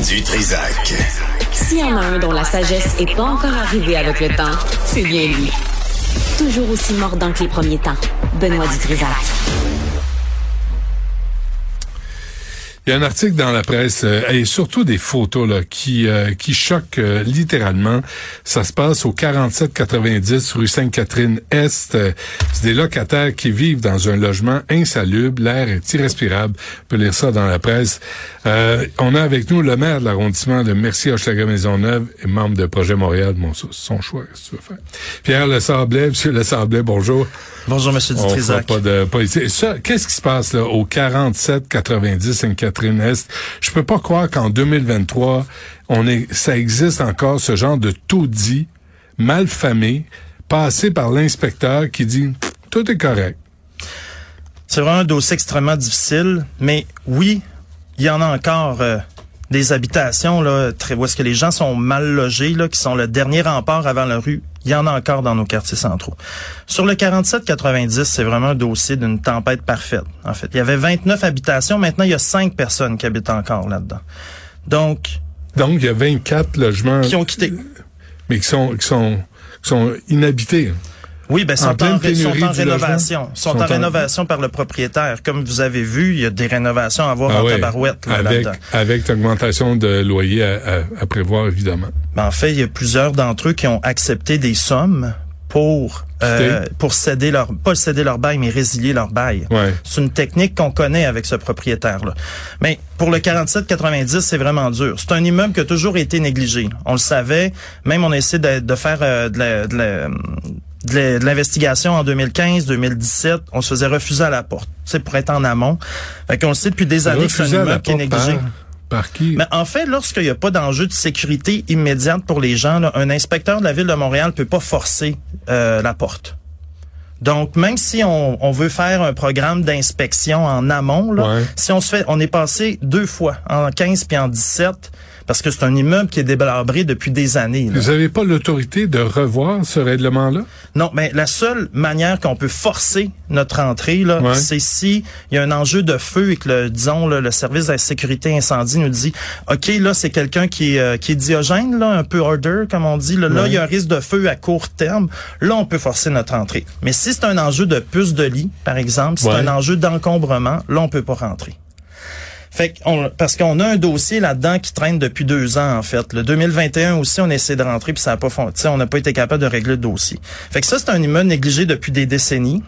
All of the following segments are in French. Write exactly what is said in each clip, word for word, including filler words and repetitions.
Du Trizac. S'il y en a un dont la sagesse est pas encore arrivée avec le temps, c'est bien lui. Toujours aussi mordant que les premiers temps. Benoît Du Trizac. Il y a un article dans la presse euh, et surtout des photos là qui euh, qui choquent euh, littéralement. Ça se passe au quarante-sept quatre-vingt-dix rue Sainte-Catherine-Est. Euh, c'est des locataires qui vivent dans un logement insalubre. L'air est irrespirable. On peut lire ça dans la presse. Euh, on a avec nous le maire de l'arrondissement de Mercier-Hochelaga-Maisonneuve et membre de Projet Montréal. Bon, ça, c'est son choix, qu'est-ce que tu veux faire. Pierre Lesablet, Monsieur Lesablet, bonjour. Bonjour, Monsieur Du Trizac. On fera pas de politique. Ça, qu'est-ce qui se passe là au quarante-sept quatre-vingt-dix Sainte-Catherine-Est? Je peux pas croire qu'en deux mille vingt-trois, on est, ça existe encore ce genre de taudis malfamé, passé par l'inspecteur qui dit tout est correct. C'est vraiment un dossier extrêmement difficile, mais oui, il y en a encore euh, des habitations là, très, où est-ce que les gens sont mal logés, là, qui sont le dernier rempart avant la rue. Il y en a encore dans nos quartiers centraux. Sur le quarante-sept quatre-vingt-dix, c'est vraiment un dossier d'une tempête parfaite. En fait, il y avait vingt-neuf habitations. Maintenant, il y a cinq personnes qui habitent encore là-dedans. Donc, donc il y a vingt-quatre logements qui ont quitté, mais qui sont qui sont qui sont inhabités. Oui, ben, sont en, en, ré, sont en rénovation. Sont, sont en, en rénovation par le propriétaire. Comme vous avez vu, il y a des rénovations à avoir ah en oui, tabarouette. Là, avec, là-dedans. Avec l'augmentation de loyer à, à, à prévoir, évidemment. Ben, en fait, il y a plusieurs d'entre eux qui ont accepté des sommes pour euh, pour céder leur, pas céder leur bail, mais résilier leur bail. Ouais. C'est une technique qu'on connaît avec ce propriétaire-là. Mais pour le quarante-sept quatre-vingt-dix, c'est vraiment dur. C'est un immeuble qui a toujours été négligé. On le savait. Même on a essayé de, de faire euh, de la... De la de l'investigation en deux mille quinze, deux mille dix-sept, on se faisait refuser à la porte, tu sais, pour être en amont. Fait qu'on le sait depuis des années que c'est un immeuble qui est négligé. Par, par qui? Mais en fait, lorsqu'il n'y a pas d'enjeu de sécurité immédiate pour les gens, là, un inspecteur de la Ville de Montréal peut pas forcer euh, la porte. Donc, même si on, on veut faire un programme d'inspection en amont, là, ouais. si on se fait, on est passé deux fois, en quinze puis en dix-sept, parce que c'est un immeuble qui est délabré depuis des années. Là. Vous n'avez pas l'autorité de revoir ce règlement-là? Non, mais la seule manière qu'on peut forcer notre entrée, là, ouais. c'est si il y a un enjeu de feu et que le, disons, là, le service de la sécurité incendie nous dit, OK, là, c'est quelqu'un qui est, euh, qui est diogène, là, un peu order, comme on dit. Là, ouais. là, il y a un risque de feu à court terme. Là, on peut forcer notre entrée. Mais si c'est un enjeu de puce de lit, par exemple, si ouais. c'est un enjeu d'encombrement, là, on peut pas rentrer. Fait qu'on, parce qu'on a un dossier là-dedans qui traîne depuis deux ans, en fait. Le deux mille vingt et un aussi, on a essayé de rentrer puis ça n'a pas fonctionné. On n'a pas été capable de régler le dossier. Fait que ça, c'est un immeuble négligé depuis des décennies.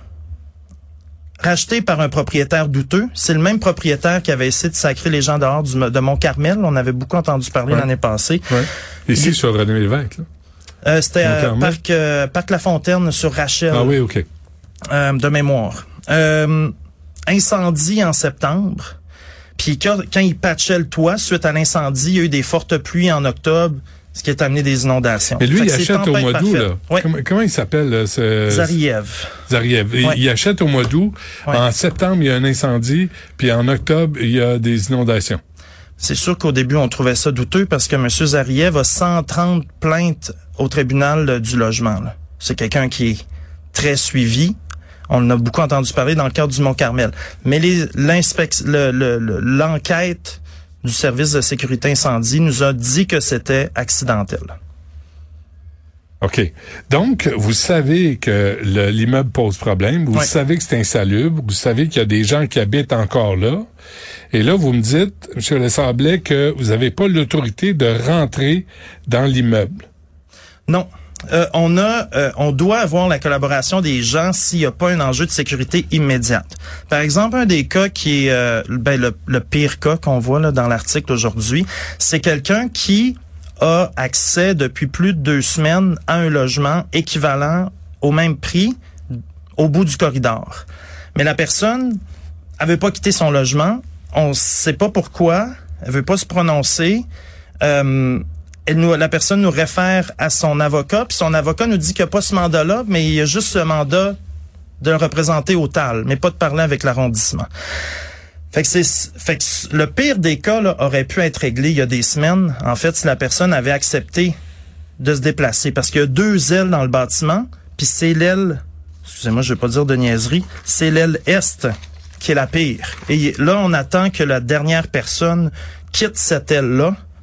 Racheté par un propriétaire douteux. C'est le même propriétaire qui avait essayé de sacrer les gens dehors du, de Mont-Carmel. On avait beaucoup entendu parler ouais. l'année passée. Ouais. Ici, Il, sur René Lévesque, là. Euh, c'était euh, Parc, euh, Parc La Fontaine sur Rachel. Ah oui, OK. Euh, de mémoire. Euh, incendie en septembre. Puis quand, quand il patchait le toit, suite à l'incendie, il y a eu des fortes pluies en octobre, ce qui a amené des inondations. Et lui, il achète au mois d'août, là. Ouais. Comment, comment il s'appelle, là? C'est... Zariev. Zariev. Ouais. Il achète au mois d'août. Ouais. En septembre, il y a un incendie. Puis en octobre, il y a des inondations. C'est sûr qu'au début, on trouvait ça douteux parce que M. Zariev a cent trente plaintes au tribunal du logement. Là. C'est quelqu'un qui est très suivi. On en a beaucoup entendu parler dans le cadre du Mont-Carmel. Mais les, l'inspec, le, le, le, l'enquête du service de sécurité incendie nous a dit que c'était accidentel. OK. Donc, vous savez que le, l'immeuble pose problème. Vous oui. savez que c'est insalubre. Vous savez qu'il y a des gens qui habitent encore là. Et là, vous me dites, M. Lesablet, que vous n'avez pas l'autorité de rentrer dans l'immeuble. Non. Euh, on a, euh, on doit avoir la collaboration des gens s'il n'y a pas un enjeu de sécurité immédiate. Par exemple, un des cas qui est euh, ben, le, le pire cas qu'on voit là dans l'article aujourd'hui, c'est quelqu'un qui a accès depuis plus de deux semaines à un logement équivalent au même prix au bout du corridor. Mais la personne, elle veut pas quitter son logement. On ne sait pas pourquoi. Elle veut pas se prononcer. Euh, Elle nous, la personne nous réfère à son avocat, puis son avocat nous dit qu'il n'y a pas ce mandat-là, mais il y a juste ce mandat de le représenter au T A L, mais pas de parler avec l'arrondissement. Fait que c'est, fait que le pire des cas là, aurait pu être réglé il y a des semaines, en fait, si la personne avait accepté de se déplacer, parce qu'il y a deux ailes dans le bâtiment, puis c'est l'aile, excusez-moi, je vais pas dire de niaiserie, c'est l'aile est qui est la pire. Et là, on attend que la dernière personne quitte cette aile-là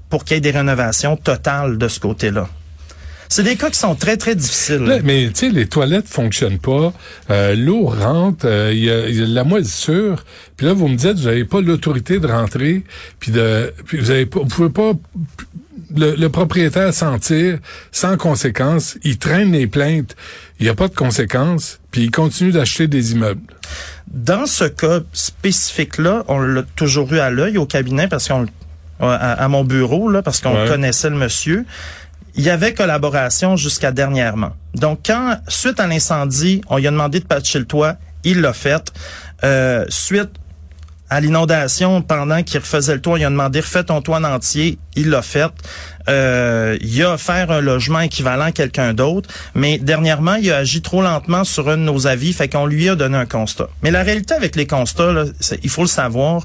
pour qu'il y ait des rénovations totales de ce côté-là. C'est des cas qui sont très, très difficiles. Là, mais tu sais, les toilettes fonctionnent pas, euh, l'eau rentre, il euh, y, a, y a de la moisissure, puis là, vous me dites, vous n'avez pas l'autorité de rentrer, puis de, puis vous avez pas, vous pouvez pas, le, le propriétaire sentir sans conséquence, il traîne les plaintes, il n'y a pas de conséquences, puis il continue d'acheter des immeubles. Dans ce cas spécifique-là, on l'a toujours eu à l'œil au cabinet, parce qu'on à, à mon bureau, là, parce qu'on ouais. connaissait le monsieur. Il y avait collaboration jusqu'à dernièrement. Donc, quand, suite à l'incendie, on lui a demandé de patcher le toit, il l'a fait. Euh, suite à l'inondation, pendant qu'il refaisait le toit, il a demandé « refais ton toit en entier », il l'a fait. Euh, il a offert un logement équivalent à quelqu'un d'autre, mais dernièrement, il a agi trop lentement sur un de nos avis, fait qu'on lui a donné un constat. Mais la réalité avec les constats, là, il faut le savoir,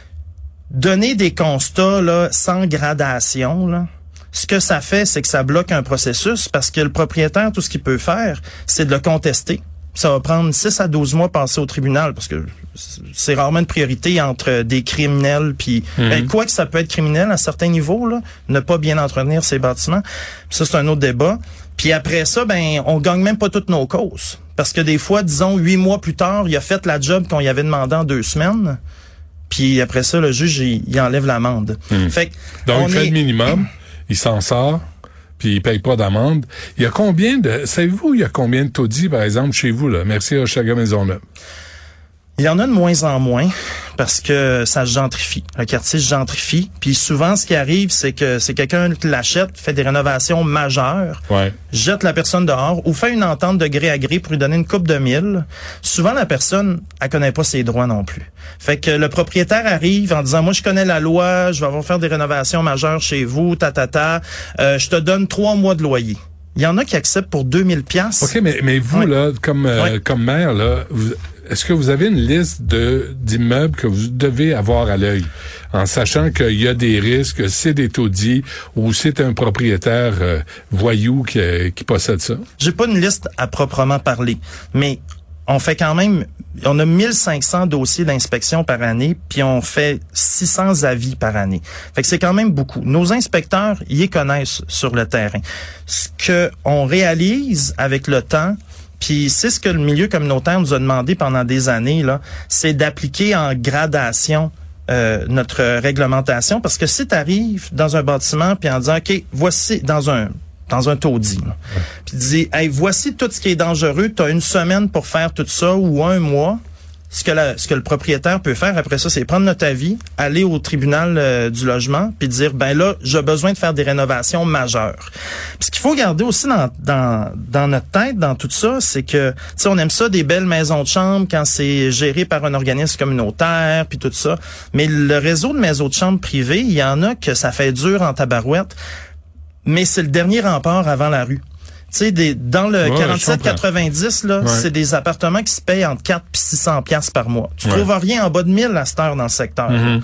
donner des constats là, sans gradation, là, ce que ça fait, c'est que ça bloque un processus parce que le propriétaire, tout ce qu'il peut faire, c'est de le contester. Ça va prendre six à douze mois passer au tribunal parce que c'est rarement une priorité entre des criminels puis mm-hmm. ben, quoi que ça peut être criminel à certains niveaux, là, ne pas bien entretenir ses bâtiments. Puis ça, c'est un autre débat. Puis après ça, ben on gagne même pas toutes nos causes. Parce que des fois, disons, huit mois plus tard, il a fait la job qu'on y avait demandé en deux semaines. Puis après ça, le juge, il, il enlève l'amende. Mm. Fait que donc, on il fait est... le minimum. Il s'en sort, puis il paye pas d'amende. Il y a combien de... Savez-vous, il y a combien de taudis, par exemple, chez vous, là? Merci à Hochelaga Maisonneuve. Il y en a de moins en moins parce que ça se gentrifie. Le quartier se gentrifie. Puis souvent, ce qui arrive, c'est que c'est quelqu'un qui l'achète, fait des rénovations majeures, ouais. jette la personne dehors ou fait une entente de gré à gré pour lui donner une coupe de mille. Souvent, la personne, elle connaît pas ses droits non plus. Fait que le propriétaire arrive en disant, moi, je connais la loi, je vais avoir faire des rénovations majeures chez vous, ta, ta, ta. Euh, je te donne trois mois de loyer. Il y en a qui acceptent pour deux mille piastres. OK, mais, mais vous, ouais. là, comme, euh, ouais. comme maire, là, vous, est-ce que vous avez une liste de d'immeubles que vous devez avoir à l'œil, en sachant qu'il y a des risques, c'est des taudis ou c'est un propriétaire euh, voyou qui, euh, qui possède ça? J'ai pas une liste à proprement parler, mais on fait quand même, on a mille cinq cents dossiers d'inspection par année, puis on fait six cents avis par année. Fait que c'est quand même beaucoup. Nos inspecteurs, ils les connaissent sur le terrain. Ce que on réalise avec le temps, puis c'est ce que le milieu communautaire nous a demandé pendant des années, là, c'est d'appliquer en gradation euh, notre réglementation, parce que si tu arrives dans un bâtiment puis en disant, OK, voici, dans un dans un taudis, ouais. puis tu dis, hey, voici tout ce qui est dangereux, tu as une semaine pour faire tout ça ou un mois. Ce que, la, ce que le propriétaire peut faire après ça, c'est prendre notre avis, aller au tribunal euh, du logement, puis dire, ben là, j'ai besoin de faire des rénovations majeures. Puis ce qu'il faut garder aussi dans, dans, dans notre tête, dans tout ça, c'est que, tu sais, on aime ça, des belles maisons de chambre quand c'est géré par un organisme communautaire, puis tout ça. Mais le réseau de maisons de chambre privées, il y en a que ça fait dur en tabarouette, mais c'est le dernier rempart avant la rue. Tu sais, des, dans le ouais, quarante-sept quatre-vingt-dix, là, ouais. c'est des appartements qui se payent entre quatre et six cents piastres par mois. Tu ouais. trouves rien en bas de mille à cette heure dans le secteur. Mm-hmm.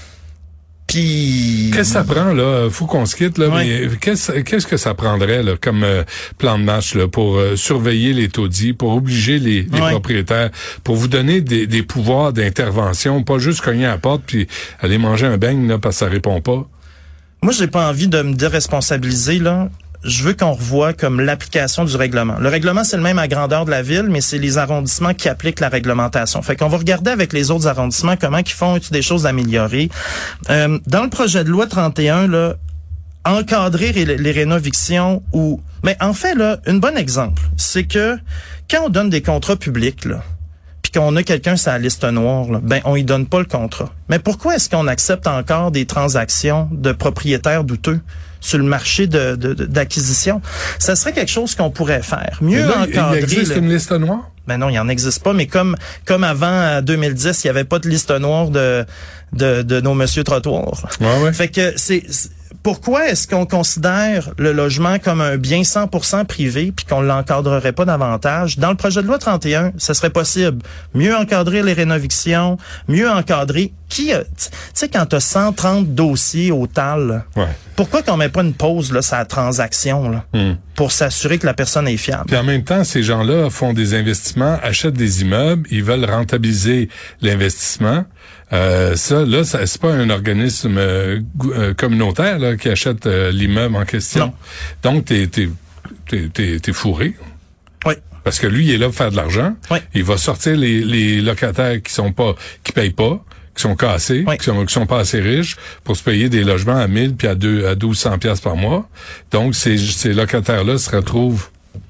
Puis... Qu'est-ce que ça prend, là? Faut qu'on se quitte, là. Ouais. Mais qu'est-ce, qu'est-ce que ça prendrait, là, comme euh, plan de match, là, pour euh, surveiller les taudis, pour obliger les, les ouais. propriétaires, pour vous donner des, des pouvoirs d'intervention, pas juste cogner à la porte puis aller manger un beigne, là, parce que ça répond pas? Moi, j'ai pas envie de me déresponsabiliser, là. Je veux qu'on revoie comme l'application du règlement. Le règlement, c'est le même à grandeur de la ville, mais c'est les arrondissements qui appliquent la réglementation. Fait qu'on va regarder avec les autres arrondissements comment ils font des choses améliorées. Euh, dans le projet de loi trente et un, là, encadrer les, les rénovictions ou... Mais en fait, là, un bon exemple, c'est que quand on donne des contrats publics, là, puis qu'on a quelqu'un sur la liste noire, là, ben on y donne pas le contrat. Mais pourquoi est-ce qu'on accepte encore des transactions de propriétaires douteux sur le marché de, de, de d'acquisition? Ça serait quelque chose qu'on pourrait faire. Mieux là, encadrer. Il existe le... une liste noire? Ben non, il en existe pas. Mais comme comme avant deux mille dix, il y avait pas de liste noire de de, de nos Monsieur Trottoir. Ouais, ouais. Fait que c'est, c'est pourquoi est-ce qu'on considère le logement comme un bien cent pour cent privé puis qu'on l'encadrerait pas davantage? Dans le projet de loi trente et un, ça serait possible. Mieux encadrer les rénovictions, mieux encadrer qui, tu sais, quand tu as cent trente dossiers au T A L, ouais. pourquoi qu'on met pas une pause là, sur la transaction là, mm. pour s'assurer que la personne est fiable? Puis en même temps, ces gens-là font des investissements, achètent des immeubles, ils veulent rentabiliser l'investissement. Euh, ça, là, ça, c'est pas un organisme euh, euh, communautaire là, qui achète euh, l'immeuble en question. Non. Donc, t'es, t'es, t'es, t'es, t'es fourré. Oui. Parce que lui, il est là pour faire de l'argent. Oui. Il va sortir les, les locataires qui sont pas, qui payent pas, qui sont cassés, oui. qui sont, qui sont pas assez riches pour se payer des logements à mille puis à deux, à douze cents piastres par mois. Donc, ces, ces locataires-là se retrouvent.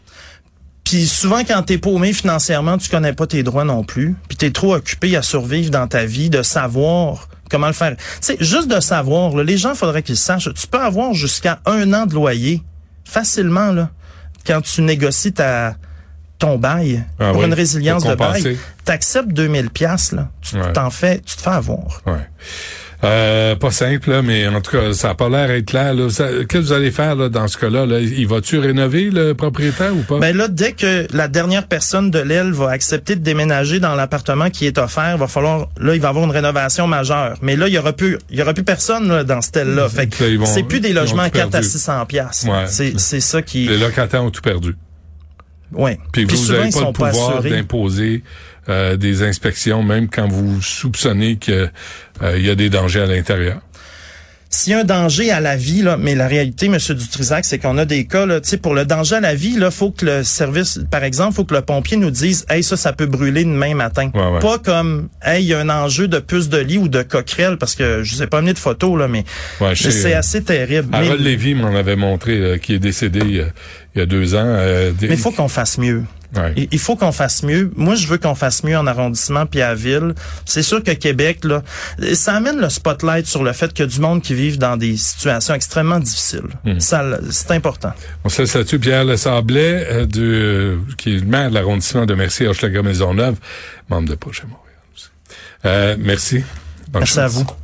Puis souvent, quand t'es paumé financièrement, tu connais pas tes droits non plus. Puis t'es trop occupé à survivre dans ta vie, de savoir comment le faire. Tu sais, juste de savoir, là, les gens, faudrait qu'ils sachent. Tu peux avoir jusqu'à un an de loyer, facilement, là, quand tu négocies ta ton bail ah pour oui, une résilience pour de bail. T'acceptes deux mille piastres, là. Tu ouais. t'en fais, tu te fais avoir. Ouais. Euh, pas simple, là, mais en tout cas, ça a pas l'air d'être clair. Là. Ça, qu'est-ce que vous allez faire là, dans ce cas-là? Là? Il va-tu rénover le propriétaire ou pas? Ben là, dès que la dernière personne de l'aile va accepter de déménager dans l'appartement qui est offert, va falloir, là, il va y avoir une rénovation majeure. Mais là, il y aura plus, il y aura plus personne là, dans cette aile-là. Fait que là, vont, c'est plus des logements à quatre à six cents piastres. Ouais. C'est, c'est ça qui. Les locataires ont tout perdu. Oui. Puis, Puis vous souvent, n'avez ils pas sont le pouvoir assurés. d'imposer euh, des inspections, même quand vous soupçonnez qu'il euh, y a des dangers à l'intérieur. S'il y a un danger à la vie, là, mais la réalité, M. Dutrisac, c'est qu'on a des cas, là, tu sais, pour le danger à la vie, là, faut que le service, par exemple, faut que le pompier nous dise, hey, ça, ça peut brûler demain matin. Ouais, ouais. Pas comme, hey, il y a un enjeu de puce de lit ou de coquerelle, parce que je sais pas amener de photos, là, mais, ouais, je sais, c'est euh, assez terrible. Harold mais, Lévy m'en avait montré, euh, qui est décédé euh, il y a deux ans. Euh, des... Mais il faut qu'on fasse mieux. Ouais. Il faut qu'on fasse mieux. Moi, je veux qu'on fasse mieux en arrondissement puis à ville. C'est sûr que Québec, là, ça amène le spotlight sur le fait qu'il y a du monde qui vivent dans des situations extrêmement difficiles. Mmh. Ça, c'est important. On se laisse là-dessus. Pierre Le Sablet, euh, du, euh, qui est le maire de l'arrondissement de Mercier-Hochelaga-Maisonneuve, membre de Projet Montréal aussi. Euh, merci. Bonne merci chance. à vous.